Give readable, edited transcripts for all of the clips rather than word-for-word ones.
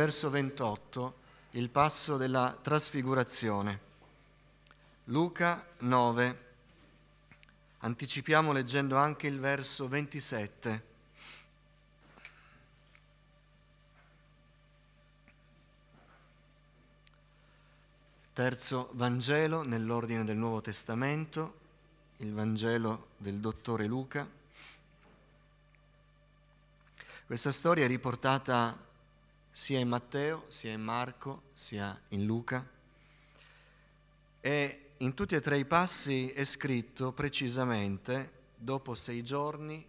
verso 28, il passo della trasfigurazione. Luca 9, anticipiamo leggendo anche il verso 27. Terzo Vangelo nell'ordine del Nuovo Testamento, il Vangelo del dottore Luca. Questa storia è riportata sia in Matteo, sia in Marco, sia in Luca, e in tutti e tre i passi è scritto precisamente dopo 6 giorni,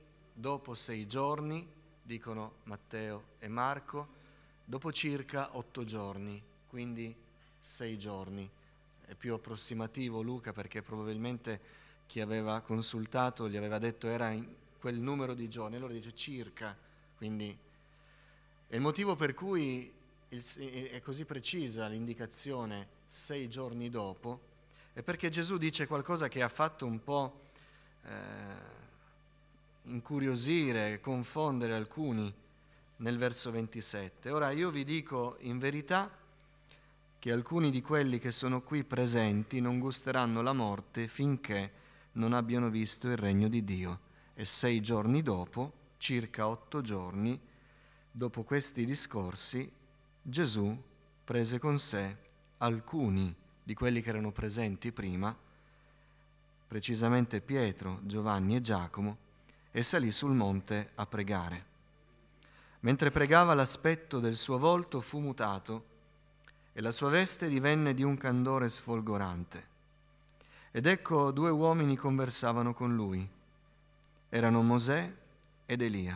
dicono Matteo e Marco, dopo circa 8 giorni, quindi 6 giorni. È più approssimativo Luca perché probabilmente chi aveva consultato gli aveva detto era in quel numero di giorni, allora dice circa, quindi è il motivo per cui è così precisa l'indicazione 6 giorni dopo, è perché Gesù dice qualcosa che ha fatto un po' incuriosire, confondere alcuni nel verso 27. Ora io vi dico in verità che alcuni di quelli che sono qui presenti non gusteranno la morte finché non abbiano visto il regno di Dio. E 6 giorni dopo, circa 8 giorni, dopo questi discorsi, Gesù prese con sé alcuni di quelli che erano presenti prima, precisamente Pietro, Giovanni e Giacomo, e salì sul monte a pregare. Mentre pregava, l'aspetto del suo volto fu mutato e la sua veste divenne di un candore sfolgorante. Ed ecco 2 uomini conversavano con lui. Erano Mosè ed Elia,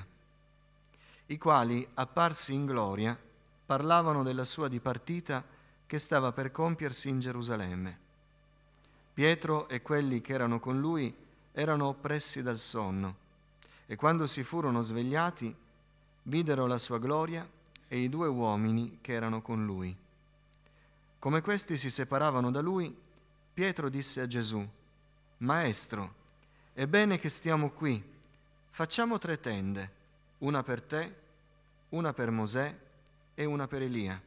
i quali, apparsi in gloria, parlavano della sua dipartita che stava per compiersi in Gerusalemme. Pietro e quelli che erano con lui erano oppressi dal sonno, e quando si furono svegliati, videro la sua gloria e i 2 uomini che erano con lui. Come questi si separavano da lui, Pietro disse a Gesù: Maestro, è bene che stiamo qui. Facciamo 3 tende, una per te, una per Mosè e una per Elia.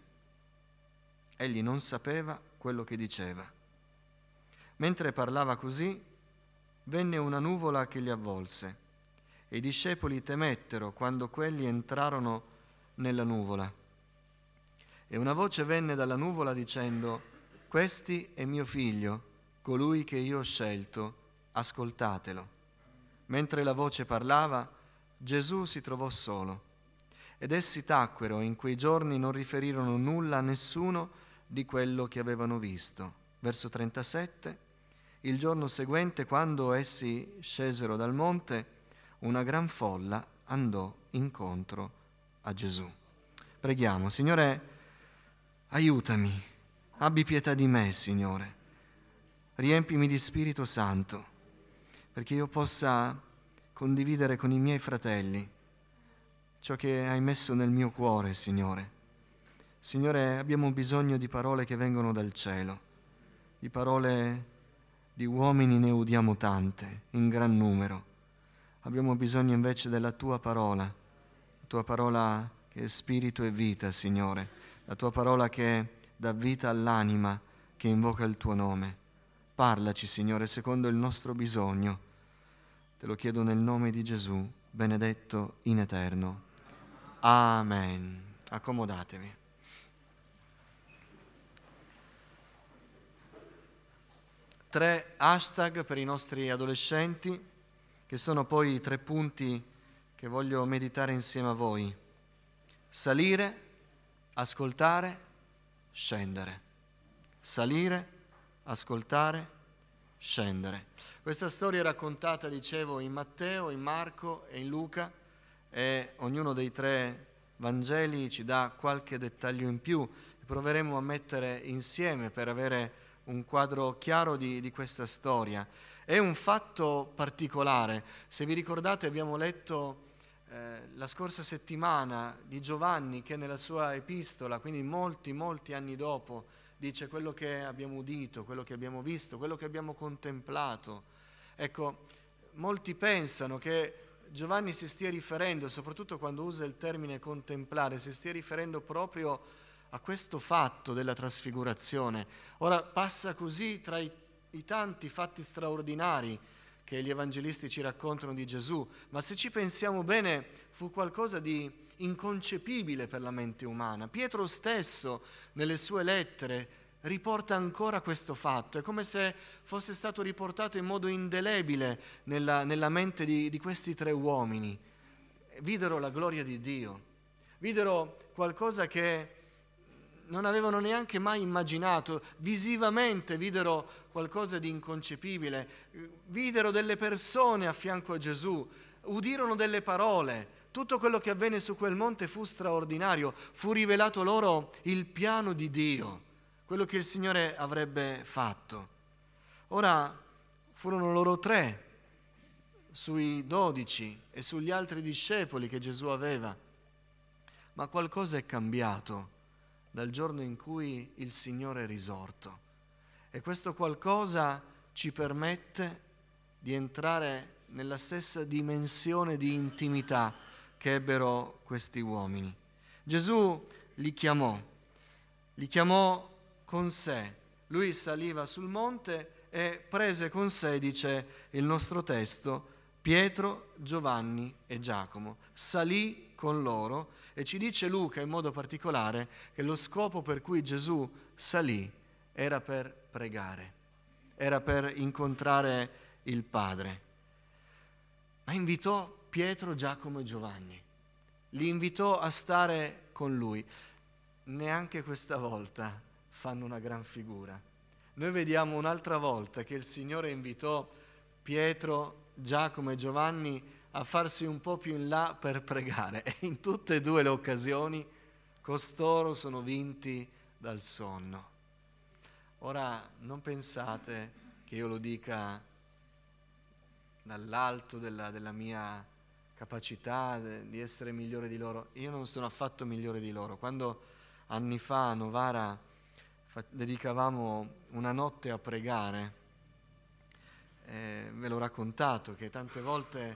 Egli non sapeva quello che diceva. Mentre parlava così, venne una nuvola che li avvolse, e i discepoli temettero quando quelli entrarono nella nuvola. E una voce venne dalla nuvola dicendo: Questi è mio figlio, colui che io ho scelto, ascoltatelo. Mentre la voce parlava, Gesù si trovò solo, ed essi tacquero e in quei giorni non riferirono nulla a nessuno di quello che avevano visto. Verso 37, il giorno seguente, quando essi scesero dal monte, una gran folla andò incontro a Gesù. Preghiamo. Signore, aiutami, abbi pietà di me, Signore. Riempimi di Spirito Santo, perché io possa condividere con i miei fratelli ciò che hai messo nel mio cuore, Signore. Signore, abbiamo bisogno di parole che vengono dal cielo, di parole di uomini ne udiamo tante, in gran numero. Abbiamo bisogno invece della tua parola che è spirito e vita, Signore, la tua parola che dà vita all'anima che invoca il tuo nome. Parlaci, Signore, secondo il nostro bisogno. Te lo chiedo nel nome di Gesù, benedetto in eterno. Amen. Accomodatevi. Tre hashtag per i nostri adolescenti, che sono poi i 3 punti che voglio meditare insieme a voi. Salire, ascoltare, scendere. Salire, ascoltare, scendere. Questa storia è raccontata, dicevo, in Matteo, in Marco e in Luca, e ognuno dei 3 Vangeli ci dà qualche dettaglio in più. Proveremo a mettere insieme per avere un quadro chiaro di questa storia. È un fatto particolare. Se vi ricordate, abbiamo letto la scorsa settimana di Giovanni che nella sua epistola, quindi molti anni dopo, dice quello che abbiamo udito, quello che abbiamo visto, quello che abbiamo contemplato. Ecco, molti pensano che Giovanni si stia riferendo, soprattutto quando usa il termine contemplare, si stia riferendo proprio a questo fatto della trasfigurazione. Ora passa così tra i tanti fatti straordinari che gli evangelisti ci raccontano di Gesù, ma se ci pensiamo bene fu qualcosa di inconcepibile per la mente umana. Pietro stesso nelle sue lettere riporta ancora questo fatto, è come se fosse stato riportato in modo indelebile nella mente di questi tre uomini. Videro la gloria di Dio, videro qualcosa che non avevano neanche mai immaginato, visivamente videro qualcosa di inconcepibile, videro delle persone a fianco a Gesù, udirono delle parole. Tutto quello che avvenne su quel monte fu straordinario, fu rivelato loro il piano di Dio, quello che il Signore avrebbe fatto. Ora furono loro tre sui 12 e sugli altri discepoli che Gesù aveva, ma qualcosa è cambiato dal giorno in cui il Signore è risorto, e questo qualcosa ci permette di entrare nella stessa dimensione di intimità che ebbero questi uomini. Gesù li chiamò con sé. Lui saliva sul monte e prese con sé, dice il nostro testo, Pietro, Giovanni e Giacomo. Salì con loro e ci dice Luca in modo particolare che lo scopo per cui Gesù salì era per pregare, era per incontrare il Padre. Ma invitò Pietro, Giacomo e Giovanni, li invitò a stare con lui. Neanche questa volta fanno una gran figura. Noi vediamo un'altra volta che il Signore invitò Pietro, Giacomo e Giovanni a farsi un po' più in là per pregare, e in tutte e due le occasioni costoro sono vinti dal sonno. Ora non pensate che io lo dica dall'alto della mia capacità di essere migliore di loro. Io non sono affatto migliore di loro. Quando anni fa a Novara dedicavamo una notte a pregare, ve l'ho raccontato che tante volte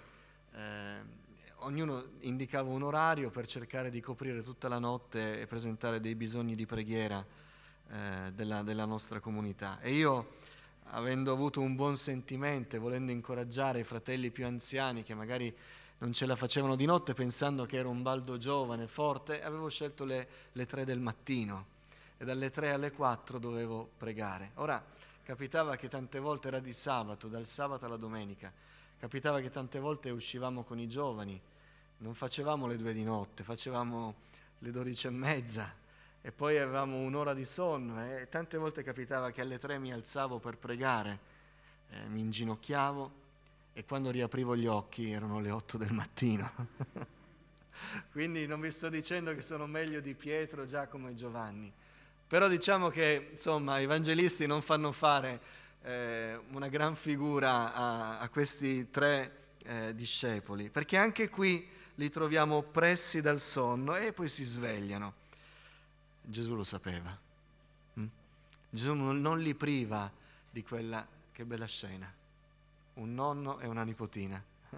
ognuno indicava un orario per cercare di coprire tutta la notte e presentare dei bisogni di preghiera della nostra comunità. E io, avendo avuto un buon sentimento e volendo incoraggiare i fratelli più anziani che magari non ce la facevano di notte, pensando che ero un baldo giovane, forte, avevo scelto le 3 del mattino, e dalle 3 alle 4 dovevo pregare. Ora, capitava che tante volte era di sabato, dal sabato alla domenica, capitava che tante volte uscivamo con i giovani, non facevamo le 2 di notte, facevamo le 12:30, e poi avevamo un'ora di sonno, e tante volte capitava che alle 3 mi alzavo per pregare, mi inginocchiavo, e quando riaprivo gli occhi erano le 8 del mattino. Quindi non vi sto dicendo che sono meglio di Pietro, Giacomo e Giovanni, però diciamo che insomma i evangelisti non fanno fare una gran figura a questi 3 discepoli, perché anche qui li troviamo oppressi dal sonno e poi si svegliano. Gesù lo sapeva. Gesù non li priva di quella, che bella scena, un nonno e una nipotina.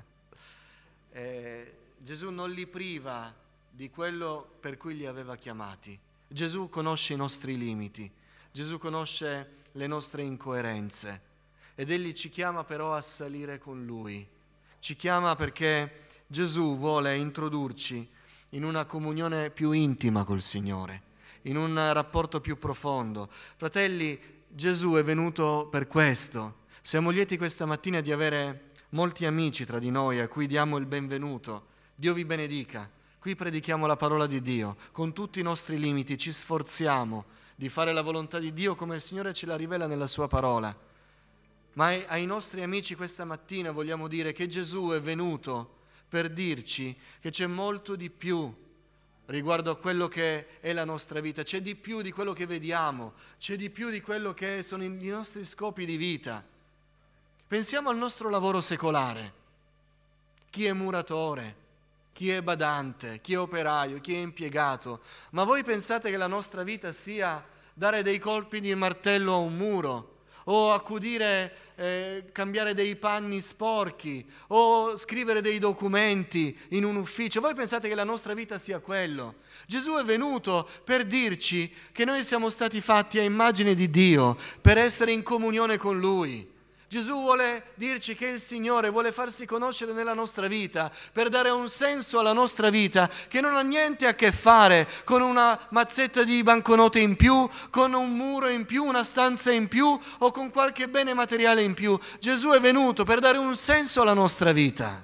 Gesù non li priva di quello per cui li aveva chiamati. Gesù conosce i nostri limiti, Gesù conosce le nostre incoerenze, ed Egli ci chiama però a salire con Lui. Ci chiama perché Gesù vuole introdurci in una comunione più intima col Signore, in un rapporto più profondo. Fratelli, Gesù è venuto per questo. Siamo lieti questa mattina di avere molti amici tra di noi a cui diamo il benvenuto. Dio vi benedica. Qui predichiamo la parola di Dio. Con tutti i nostri limiti ci sforziamo di fare la volontà di Dio come il Signore ce la rivela nella sua parola. Ma ai nostri amici questa mattina vogliamo dire che Gesù è venuto per dirci che c'è molto di più riguardo a quello che è la nostra vita, c'è di più di quello che vediamo, c'è di più di quello che sono i nostri scopi di vita. Pensiamo al nostro lavoro secolare. Chi è muratore, chi è badante, chi è operaio, chi è impiegato. Ma voi pensate che la nostra vita sia dare dei colpi di martello a un muro o accudire, cambiare dei panni sporchi, o scrivere dei documenti in un ufficio. Voi pensate che la nostra vita sia quello? Gesù è venuto per dirci che noi siamo stati fatti a immagine di Dio, per essere in comunione con Lui. Gesù vuole dirci che il Signore vuole farsi conoscere nella nostra vita, per dare un senso alla nostra vita che non ha niente a che fare con una mazzetta di banconote in più, con un muro in più, una stanza in più o con qualche bene materiale in più. Gesù è venuto per dare un senso alla nostra vita.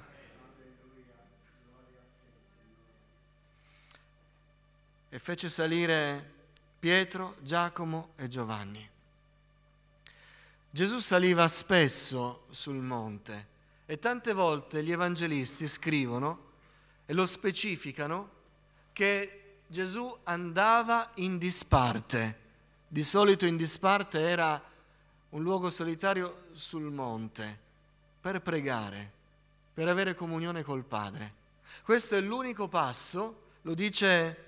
E fece salire Pietro, Giacomo e Giovanni. Gesù saliva spesso sul monte e tante volte gli evangelisti scrivono e lo specificano che Gesù andava in disparte. Di solito in disparte era un luogo solitario sul monte per pregare, per avere comunione col Padre. Questo è l'unico passo, lo dice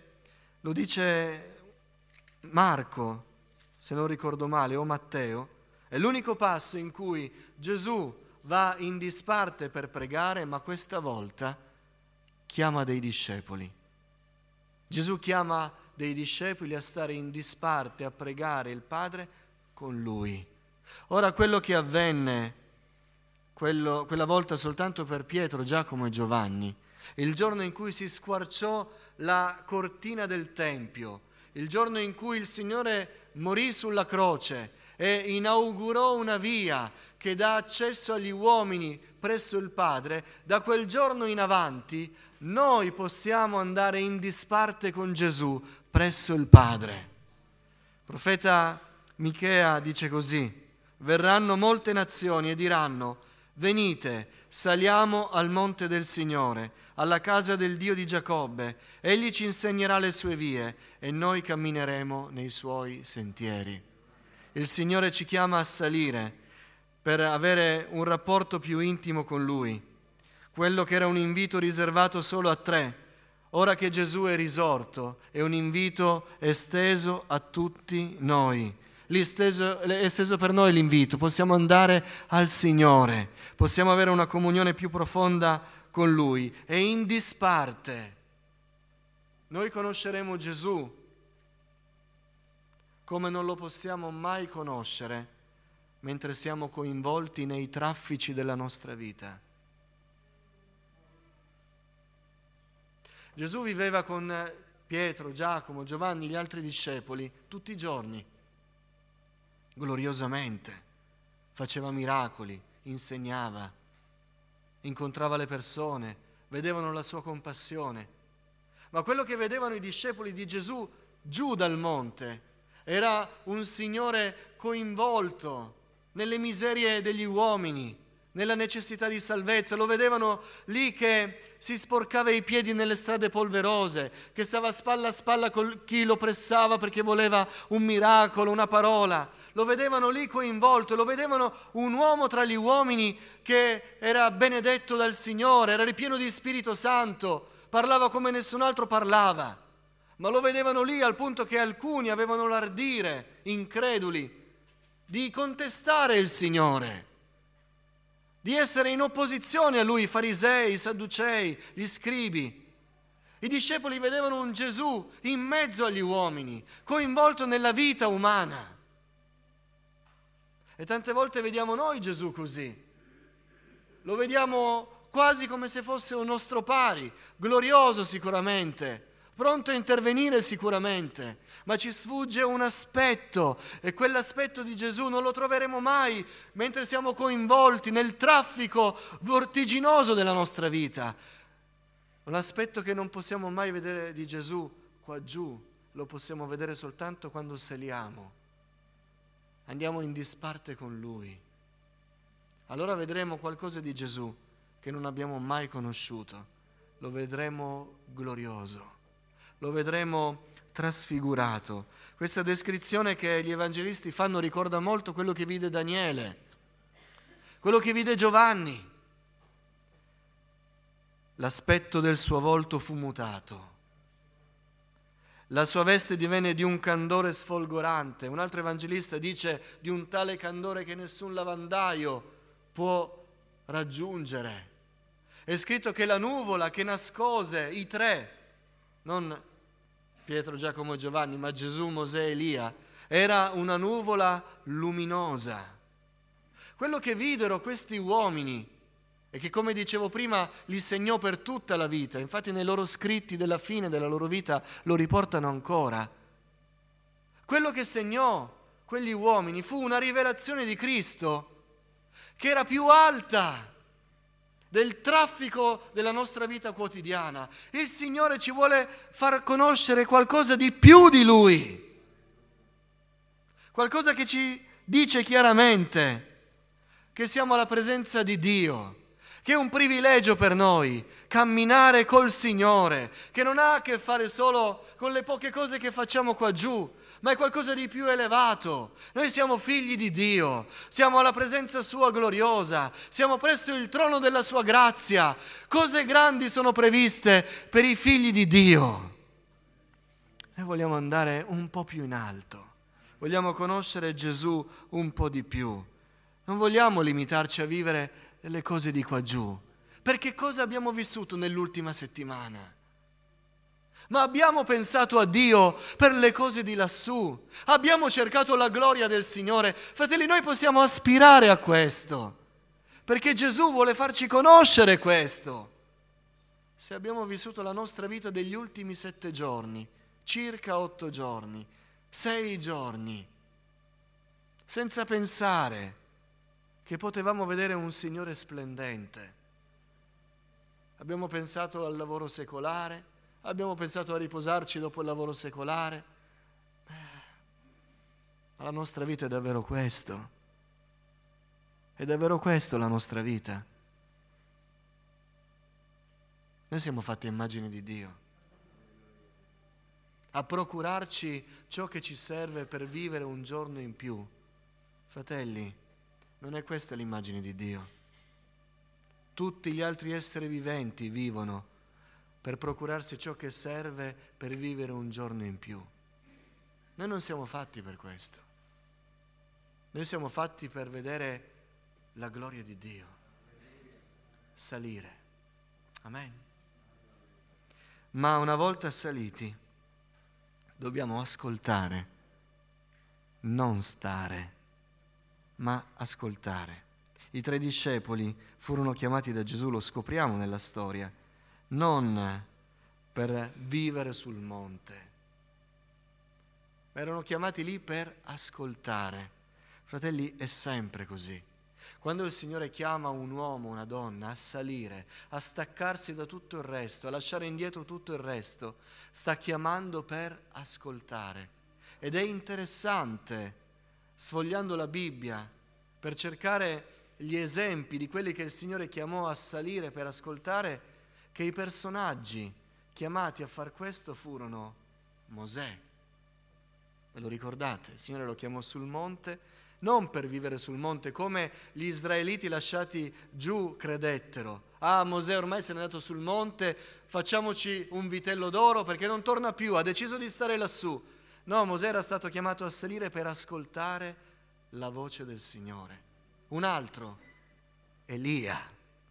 Marco, se non ricordo male, o Matteo. È l'unico passo in cui Gesù va in disparte per pregare, ma questa volta chiama dei discepoli. Gesù chiama dei discepoli a stare in disparte, a pregare il Padre con Lui. Ora, quello che avvenne quella volta soltanto per Pietro, Giacomo e Giovanni, il giorno in cui si squarciò la cortina del Tempio, il giorno in cui il Signore morì sulla croce e inaugurò una via che dà accesso agli uomini presso il Padre, da quel giorno in avanti noi possiamo andare in disparte con Gesù presso il Padre. Il profeta Michea dice così: verranno molte nazioni e diranno: venite, saliamo al monte del Signore, alla casa del Dio di Giacobbe, egli ci insegnerà le sue vie e noi cammineremo nei suoi sentieri. Il Signore ci chiama a salire per avere un rapporto più intimo con Lui. Quello che era un invito riservato solo a 3, ora che Gesù è risorto, è un invito esteso a tutti noi. È esteso per noi l'invito, possiamo andare al Signore, possiamo avere una comunione più profonda con Lui e in disparte. Noi conosceremo Gesù come non lo possiamo mai conoscere mentre siamo coinvolti nei traffici della nostra vita. Gesù viveva con Pietro, Giacomo, Giovanni, gli altri discepoli tutti i giorni, gloriosamente, faceva miracoli, insegnava, incontrava le persone, vedevano la sua compassione. Ma quello che vedevano i discepoli di Gesù giù dal monte era un Signore coinvolto nelle miserie degli uomini, nella necessità di salvezza. Lo vedevano lì che si sporcava i piedi nelle strade polverose, che stava spalla a spalla con chi lo pressava perché voleva un miracolo, una parola. Lo vedevano lì coinvolto, lo vedevano un uomo tra gli uomini che era benedetto dal Signore, era ripieno di Spirito Santo, parlava come nessun altro parlava. Ma lo vedevano lì al punto che alcuni avevano l'ardire, increduli, di contestare il Signore, di essere in opposizione a Lui, i farisei, i sadducei, gli scribi. I discepoli vedevano un Gesù in mezzo agli uomini, coinvolto nella vita umana. E tante volte vediamo noi Gesù così. Lo vediamo quasi come se fosse un nostro pari, glorioso sicuramente, pronto a intervenire sicuramente, ma ci sfugge un aspetto e quell'aspetto di Gesù non lo troveremo mai mentre siamo coinvolti nel traffico vertiginoso della nostra vita. L'aspetto che non possiamo mai vedere di Gesù qua giù, lo possiamo vedere soltanto quando saliamo, andiamo in disparte con Lui. Allora vedremo qualcosa di Gesù che non abbiamo mai conosciuto, lo vedremo glorioso. Lo vedremo trasfigurato. Questa descrizione che gli evangelisti fanno ricorda molto quello che vide Daniele, quello che vide Giovanni. L'aspetto del suo volto fu mutato. La sua veste divenne di un candore sfolgorante. Un altro evangelista dice di un tale candore che nessun lavandaio può raggiungere. È scritto che la nuvola che nascose i tre, non Pietro, Giacomo e Giovanni, ma Gesù, Mosè e Elia, era una nuvola luminosa. Quello che videro questi uomini e che, come dicevo prima, li segnò per tutta la vita, infatti nei loro scritti della fine della loro vita lo riportano ancora. Quello che segnò quegli uomini fu una rivelazione di Cristo che era più alta del traffico della nostra vita quotidiana. Il Signore ci vuole far conoscere qualcosa di più di Lui, qualcosa che ci dice chiaramente che siamo alla presenza di Dio, che è un privilegio per noi camminare col Signore, che non ha a che fare solo con le poche cose che facciamo qua giù, ma è qualcosa di più elevato. Noi siamo figli di Dio, siamo alla presenza Sua gloriosa, siamo presso il trono della Sua grazia. Cose grandi sono previste per i figli di Dio. Noi vogliamo andare un po' più in alto, vogliamo conoscere Gesù un po' di più. Non vogliamo limitarci a vivere le cose di qua giù, perché cosa abbiamo vissuto nell'ultima settimana? Ma abbiamo pensato a Dio per le cose di lassù, abbiamo cercato la gloria del Signore. Fratelli, noi possiamo aspirare a questo, perché Gesù vuole farci conoscere questo. Se abbiamo vissuto la nostra vita degli ultimi 7 giorni, circa 8 giorni, 6 giorni, senza pensare che potevamo vedere un Signore splendente. Abbiamo pensato al lavoro secolare, abbiamo pensato a riposarci dopo il lavoro secolare. Ma la nostra vita è davvero questo? È davvero questo la nostra vita? Noi siamo fatti a immagine di Dio, a procurarci ciò che ci serve per vivere un giorno in più. Fratelli, non è questa l'immagine di Dio. Tutti gli altri esseri viventi vivono per procurarsi ciò che serve per vivere un giorno in più. Noi non siamo fatti per questo. Noi siamo fatti per vedere la gloria di Dio salire. Amen. Ma una volta saliti, dobbiamo ascoltare, non stare, ma ascoltare. I 3 discepoli furono chiamati da Gesù, lo scopriamo nella storia, non per vivere sul monte, ma erano chiamati lì per ascoltare. Fratelli, è sempre così. Quando il Signore chiama un uomo, una donna a salire, a staccarsi da tutto il resto, a lasciare indietro tutto il resto, sta chiamando per ascoltare. Ed è interessante, sfogliando la Bibbia, per cercare gli esempi di quelli che il Signore chiamò a salire per ascoltare, che i personaggi chiamati a far questo furono Mosè. Ve lo ricordate? Il Signore lo chiamò sul monte, non per vivere sul monte come gli israeliti lasciati giù credettero. Ah, Mosè ormai se n'è andato sul monte, facciamoci un vitello d'oro perché non torna più, ha deciso di stare lassù. No, Mosè era stato chiamato a salire per ascoltare la voce del Signore. Un altro, Elia,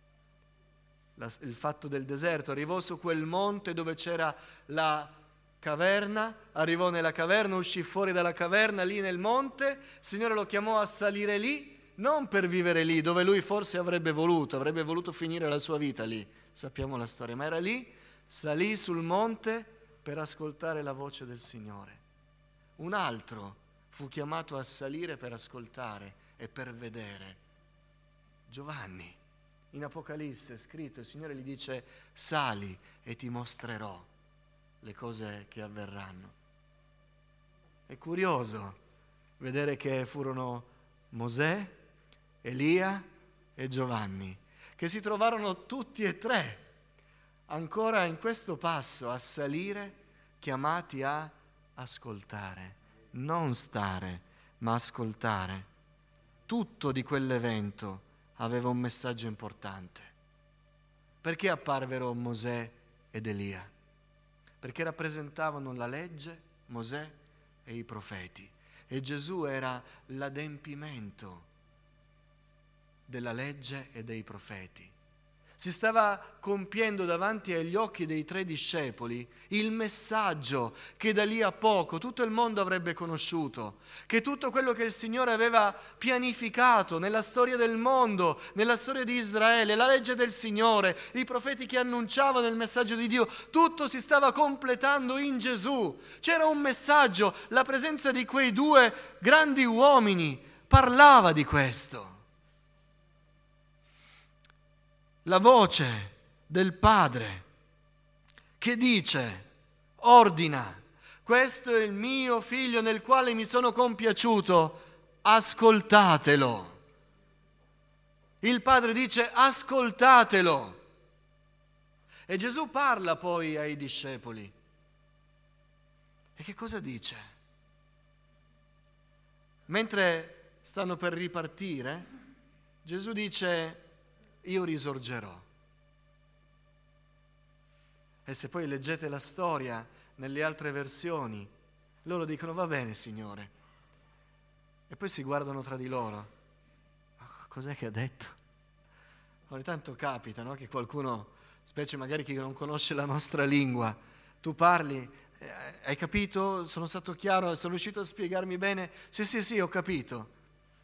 il fatto del deserto, arrivò su quel monte dove c'era la caverna, arrivò nella caverna, uscì fuori dalla caverna lì nel monte, il Signore lo chiamò a salire lì, non per vivere lì dove lui forse avrebbe voluto finire la sua vita lì, sappiamo la storia, ma era lì, salì sul monte per ascoltare la voce del Signore. Un altro fu chiamato a salire per ascoltare e per vedere. Giovanni, in Apocalisse è scritto, il Signore gli dice: sali e ti mostrerò le cose che avverranno. È curioso vedere che furono Mosè, Elia e Giovanni, che si trovarono tutti e 3 ancora in questo passo a salire, chiamati a ascoltare, non stare, ma ascoltare. Tutto di quell'evento aveva un messaggio importante. Perché apparvero Mosè ed Elia? perché rappresentavano la legge, Mosè e i profeti. E Gesù era l'adempimento della legge e dei profeti. Si stava compiendo davanti agli occhi dei 3 discepoli il messaggio che da lì a poco tutto il mondo avrebbe conosciuto, che tutto quello che il Signore aveva pianificato nella storia del mondo, nella storia di Israele, la legge del Signore, i profeti che annunciavano il messaggio di Dio, tutto si stava completando in Gesù. C'era un messaggio, la presenza di quei 2 grandi uomini parlava di questo. La voce del Padre che dice, ordina, questo è il mio figlio nel quale mi sono compiaciuto, ascoltatelo. Il Padre dice, ascoltatelo. E Gesù parla poi ai discepoli. E che cosa dice? Mentre stanno per ripartire, Gesù dice, io risorgerò. E se poi leggete la storia nelle altre versioni, loro dicono, va bene Signore. E poi si guardano tra di loro. Cos'è che ha detto? Ogni tanto capita, no? Che qualcuno, specie magari chi non conosce la nostra lingua, tu parli, hai capito? Sono stato chiaro? Sono riuscito a spiegarmi bene? Sì, ho capito.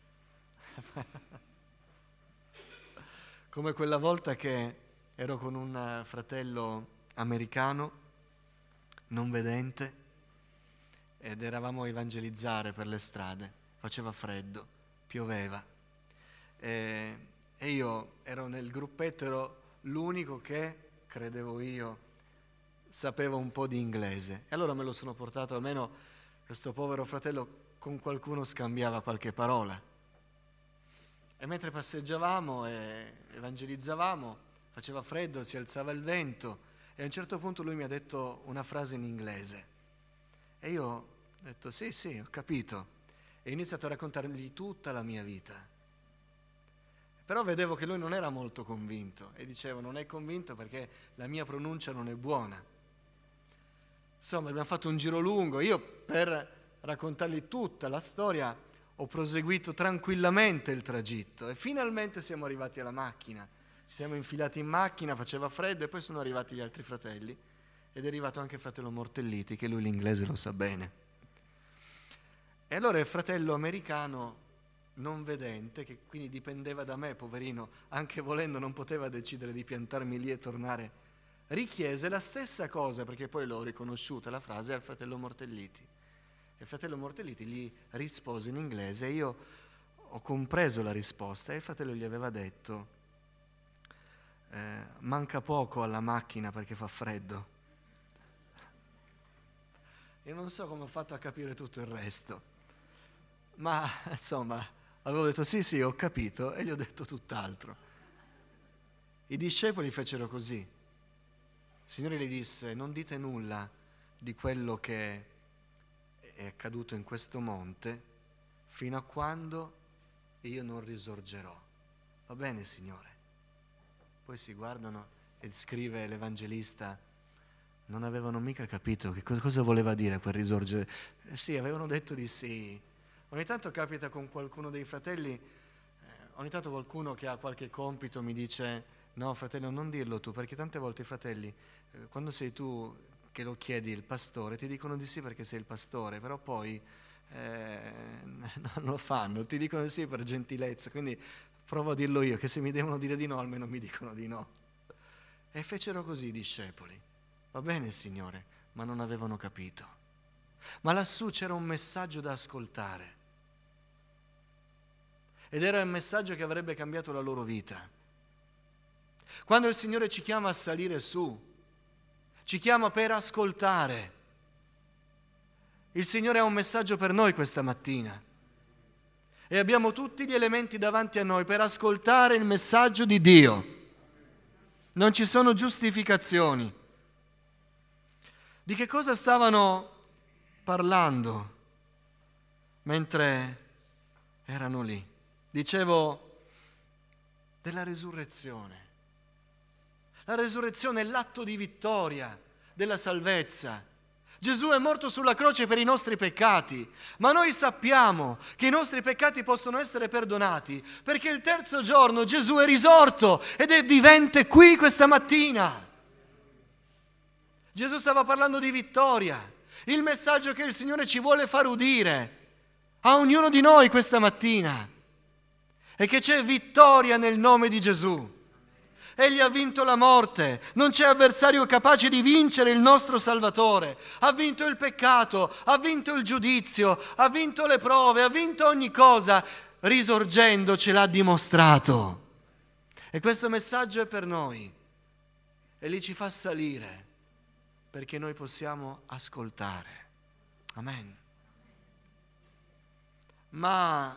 Come quella volta che ero con un fratello americano, non vedente, ed eravamo a evangelizzare per le strade. Faceva freddo, pioveva. E io ero nel gruppetto, ero l'unico che, credevo io, sapeva un po' di inglese. E allora me lo sono portato, almeno questo povero fratello con qualcuno scambiava qualche parola. E mentre passeggiavamo e evangelizzavamo, faceva freddo, si alzava il vento e a un certo punto lui mi ha detto una frase in inglese. E io ho detto sì, ho capito. E ho iniziato a raccontargli tutta la mia vita. Però vedevo che lui non era molto convinto e dicevo non è convinto perché la mia pronuncia non è buona. Insomma, abbiamo fatto un giro lungo. Io per raccontargli tutta la storia ho proseguito tranquillamente il tragitto e finalmente siamo arrivati alla macchina. Ci siamo infilati in macchina, faceva freddo e poi sono arrivati gli altri fratelli ed è arrivato anche il fratello Mortelliti, che lui l'inglese lo sa bene. E allora il fratello americano non vedente, che quindi dipendeva da me, poverino, anche volendo non poteva decidere di piantarmi lì e tornare, richiese la stessa cosa, perché poi l'ho riconosciuta la frase, al fratello Mortelliti. Il fratello Mortelliti gli rispose in inglese e io ho compreso la risposta e il fratello gli aveva detto manca poco alla macchina perché fa freddo. Io non so come ho fatto a capire tutto il resto, ma insomma avevo detto sì, ho capito e gli ho detto tutt'altro. I discepoli fecero così. Il Signore gli disse non dite nulla di quello che è accaduto in questo monte fino a quando io non risorgerò. Va bene, Signore? Poi si guardano e scrive l'Evangelista, non avevano mica capito che cosa voleva dire quel risorgere. Sì, avevano detto di sì. Ogni tanto capita con qualcuno dei fratelli, ogni tanto qualcuno che ha qualche compito mi dice no fratello non dirlo tu, perché tante volte i fratelli, quando sei tu che lo chiedi il pastore, ti dicono di sì perché sei il pastore, però poi non lo fanno, ti dicono di sì per gentilezza, quindi provo a dirlo io, che se mi devono dire di no almeno mi dicono di no. E fecero così i discepoli. Va bene Signore, ma non avevano capito. Ma lassù c'era un messaggio da ascoltare. Ed era il messaggio che avrebbe cambiato la loro vita. Quando il Signore ci chiama a salire su, ci chiama per ascoltare. Il Signore ha un messaggio per noi questa mattina. E abbiamo tutti gli elementi davanti a noi per ascoltare il messaggio di Dio. Non ci sono giustificazioni. Di che cosa stavano parlando mentre erano lì? Dicevo della resurrezione. La resurrezione è l'atto di vittoria della salvezza. Gesù è morto sulla croce per i nostri peccati, ma noi sappiamo che i nostri peccati possono essere perdonati perché il terzo giorno Gesù è risorto ed è vivente qui questa mattina. Gesù stava parlando di vittoria, il messaggio che il Signore ci vuole far udire a ognuno di noi questa mattina è che c'è vittoria nel nome di Gesù. Egli ha vinto la morte, non c'è avversario capace di vincere il nostro Salvatore. Ha vinto il peccato, ha vinto il giudizio, ha vinto le prove, ha vinto ogni cosa. Risorgendo ce l'ha dimostrato. E questo messaggio è per noi. E lì ci fa salire perché noi possiamo ascoltare. Amen. Ma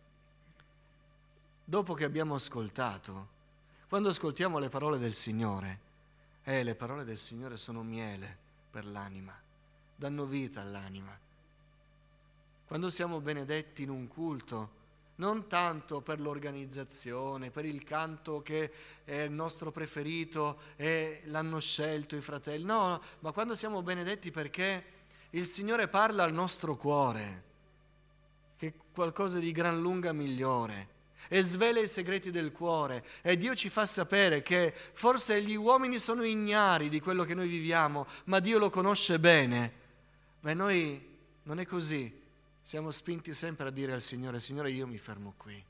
dopo che abbiamo ascoltato, quando ascoltiamo le parole del Signore, le parole del Signore sono miele per l'anima, danno vita all'anima. Quando siamo benedetti in un culto, non tanto per l'organizzazione, per il canto che è il nostro preferito e l'hanno scelto i fratelli, no, ma quando siamo benedetti perché il Signore parla al nostro cuore, che è qualcosa di gran lunga migliore, e svela i segreti del cuore, e Dio ci fa sapere che forse gli uomini sono ignari di quello che noi viviamo, ma Dio lo conosce bene. Beh, noi non è così, siamo spinti sempre a dire al Signore: Signore, io mi fermo qui,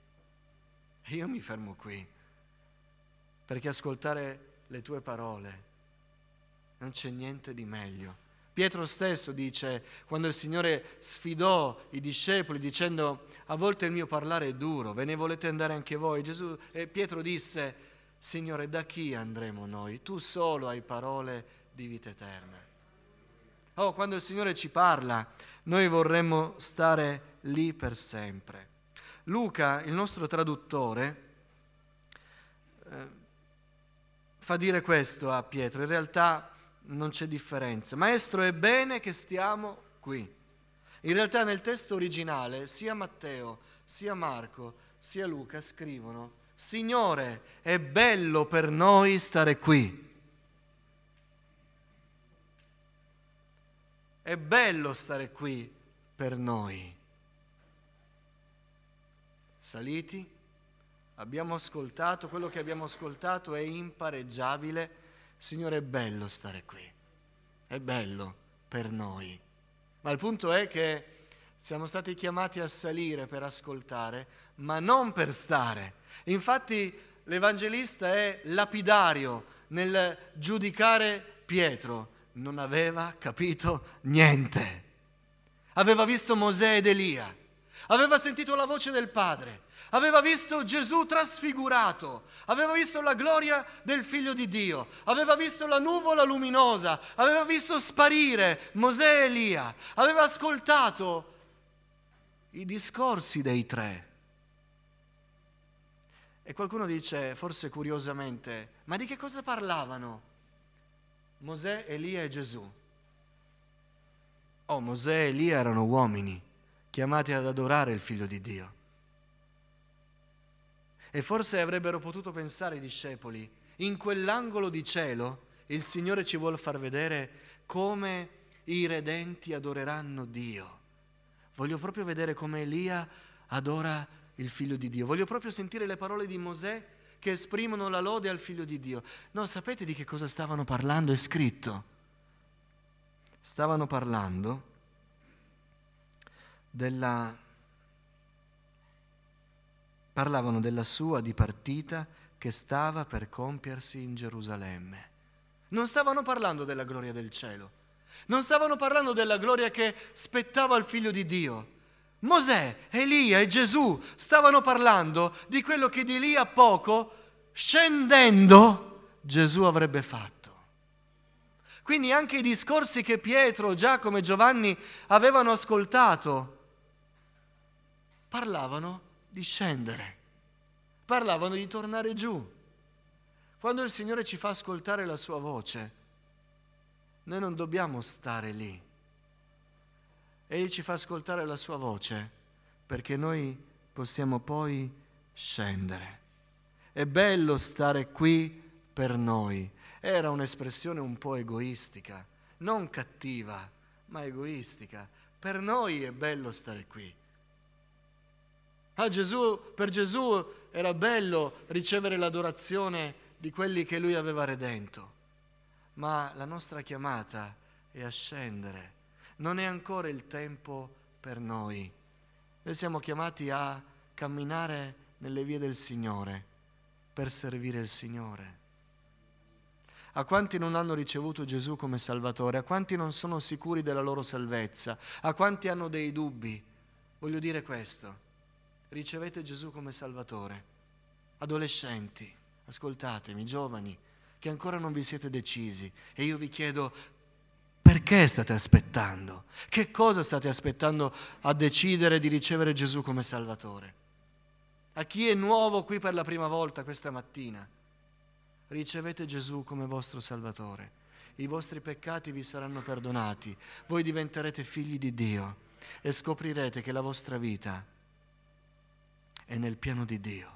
perché ascoltare le tue parole non c'è niente di meglio. Pietro stesso dice, quando il Signore sfidò i discepoli dicendo: a volte il mio parlare è duro, ve ne volete andare anche voi? Pietro disse: Signore, da chi andremo noi? Tu solo hai parole di vita eterna. Quando il Signore ci parla, noi vorremmo stare lì per sempre. Luca, il nostro traduttore, fa dire questo a Pietro: in realtà non c'è differenza. Maestro, è bene che stiamo qui. In realtà nel testo originale sia Matteo, sia Marco, sia Luca scrivono: Signore, è bello per noi stare qui. È bello stare qui per noi. Saliti, abbiamo ascoltato, quello che abbiamo ascoltato è impareggiabile. Signore, è bello stare qui, è bello per noi. Ma il punto è che siamo stati chiamati a salire per ascoltare, ma non per stare. Infatti l'Evangelista è lapidario nel giudicare Pietro. Non aveva capito niente. Aveva visto Mosè ed Elia, aveva sentito la voce del Padre, aveva visto Gesù trasfigurato, aveva visto la gloria del Figlio di Dio, aveva visto la nuvola luminosa, aveva visto sparire Mosè e Elia, aveva ascoltato i discorsi dei tre. E qualcuno dice, forse curiosamente: ma di che cosa parlavano Mosè, Elia e Gesù? Mosè e Elia erano uomini chiamati ad adorare il Figlio di Dio. E forse avrebbero potuto pensare i discepoli: in quell'angolo di cielo il Signore ci vuol far vedere come i redenti adoreranno Dio. Voglio proprio vedere come Elia adora il Figlio di Dio. Voglio proprio sentire le parole di Mosè che esprimono la lode al Figlio di Dio. No, sapete di che cosa stavano parlando? È scritto. Stavano parlando parlavano della sua dipartita che stava per compiersi in Gerusalemme. Non stavano parlando della gloria del cielo, non stavano parlando della gloria che spettava al Figlio di Dio. Mosè, Elia e Gesù stavano parlando di quello che di lì a poco, scendendo, Gesù avrebbe fatto. Quindi anche i discorsi che Pietro, Giacomo e Giovanni avevano ascoltato parlavano di scendere, parlavano di tornare giù. Quando il Signore ci fa ascoltare la sua voce, noi non dobbiamo stare lì. Egli ci fa ascoltare la sua voce perché noi possiamo poi scendere. È bello stare qui per noi. Era un'espressione un po' egoistica. non cattiva, ma egoistica. Per noi è bello stare qui. Per Gesù era bello ricevere l'adorazione di quelli che lui aveva redento, ma la nostra chiamata è a scendere. Non è ancora il tempo per noi. Noi siamo chiamati a camminare nelle vie del Signore per servire il Signore. A quanti non hanno ricevuto Gesù come Salvatore, a quanti non sono sicuri della loro salvezza, a quanti hanno dei dubbi, voglio dire questo: ricevete Gesù come Salvatore. Adolescenti, ascoltatemi, giovani, che ancora non vi siete decisi, e io vi chiedo: perché state aspettando? Che cosa state aspettando a decidere di ricevere Gesù come Salvatore? A chi è nuovo qui per la prima volta questa mattina, ricevete Gesù come vostro Salvatore. I vostri peccati vi saranno perdonati, voi diventerete figli di Dio e scoprirete che la vostra vita è nel piano di Dio.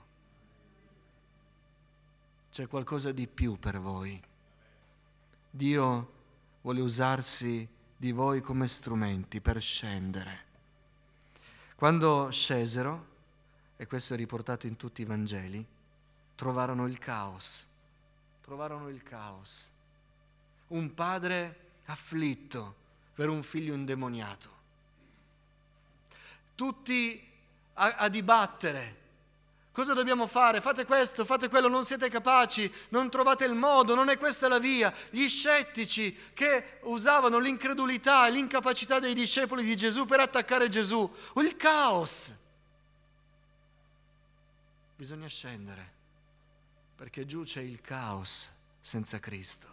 C'è qualcosa di più per voi. Dio vuole usarsi di voi come strumenti per scendere. Quando scesero, e questo è riportato in tutti i Vangeli, trovarono il caos. Un padre afflitto per un figlio indemoniato. Tutti a dibattere. Cosa dobbiamo fare? Fate questo, fate quello, non siete capaci, non trovate il modo, non è questa la via. Gli scettici che usavano l'incredulità e l'incapacità dei discepoli di Gesù per attaccare Gesù. Il caos. Bisogna scendere, perché giù c'è il caos senza Cristo.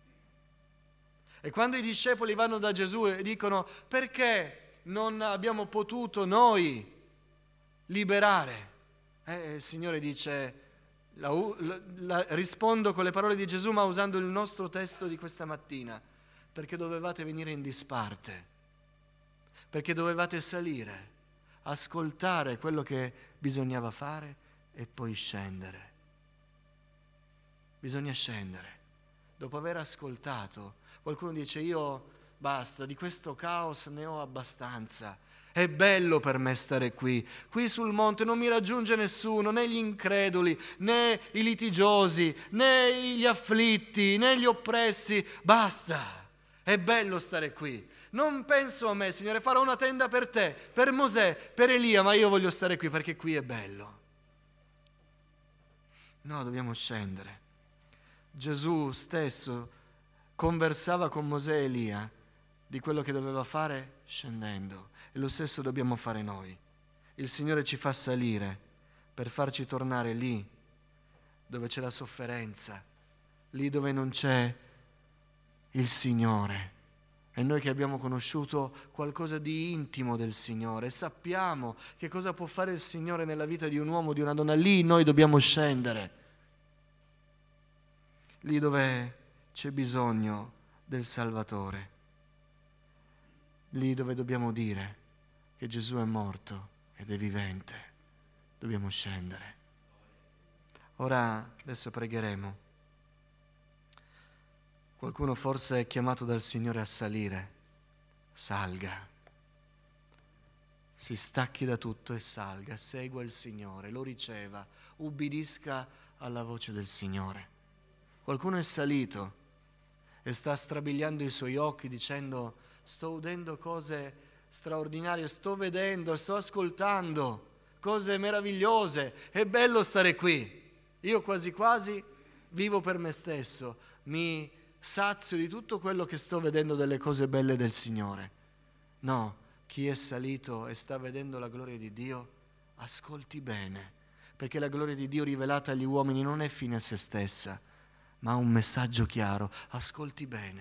E quando i discepoli vanno da Gesù e dicono: perché non abbiamo potuto noi liberare? Il Signore dice, rispondo con le parole di Gesù, ma usando il nostro testo di questa mattina: perché dovevate venire in disparte, perché dovevate salire, ascoltare quello che bisognava fare e poi scendere. Bisogna scendere. Dopo aver ascoltato, qualcuno dice: io basta, di questo caos ne ho abbastanza. È bello per me stare qui sul monte non mi raggiunge nessuno, né gli increduli, né i litigiosi, né gli afflitti, né gli oppressi. Basta, è bello stare qui. Non penso a me, Signore, farò una tenda per te, per Mosè, per Elia, ma io voglio stare qui perché qui è bello. No, dobbiamo scendere. Gesù stesso conversava con Mosè e Elia di quello che doveva fare scendendo, e lo stesso dobbiamo fare noi. Il Signore ci fa salire per farci tornare lì dove c'è la sofferenza, lì dove non c'è il Signore. E noi che abbiamo conosciuto qualcosa di intimo del Signore, sappiamo che cosa può fare il Signore nella vita di un uomo, di una donna, lì noi dobbiamo scendere. Lì dove c'è bisogno del Salvatore, lì dove dobbiamo dire che Gesù è morto ed è vivente, dobbiamo scendere. Ora, adesso pregheremo. Qualcuno forse è chiamato dal Signore a salire. Salga, si stacchi da tutto e salga, segua il Signore, lo riceva, ubbidisca alla voce del Signore. Qualcuno è salito e sta strabiliando i suoi occhi dicendo: sto udendo cose straordinarie, sto vedendo, sto ascoltando cose meravigliose, è bello stare qui. Io quasi quasi vivo per me stesso, mi sazio di tutto quello che sto vedendo delle cose belle del Signore. No, chi è salito e sta vedendo la gloria di Dio, ascolti bene, perché la gloria di Dio rivelata agli uomini non è fine a se stessa, ma ha un messaggio chiaro. Ascolti bene.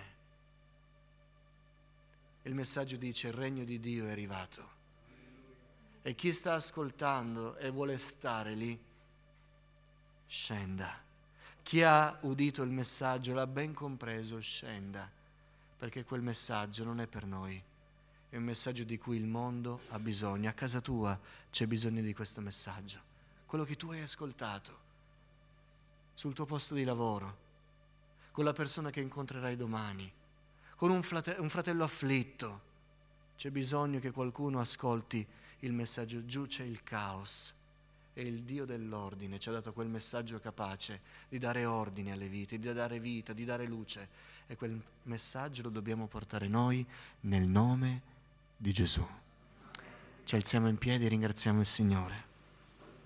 Il messaggio dice: il regno di Dio è arrivato. E chi sta ascoltando e vuole stare lì, scenda. Chi ha udito il messaggio, l'ha ben compreso, scenda, perché quel messaggio non è per noi, è un messaggio di cui il mondo ha bisogno. A casa tua c'è bisogno di questo messaggio, quello che tu hai ascoltato, sul tuo posto di lavoro, con la persona che incontrerai domani, con un fratello afflitto. C'è bisogno che qualcuno ascolti il messaggio. Giù c'è il caos e il Dio dell'ordine ci ha dato quel messaggio capace di dare ordine alle vite, di dare vita, di dare luce, e quel messaggio lo dobbiamo portare noi nel nome di Gesù. Ci alziamo in piedi e ringraziamo il Signore.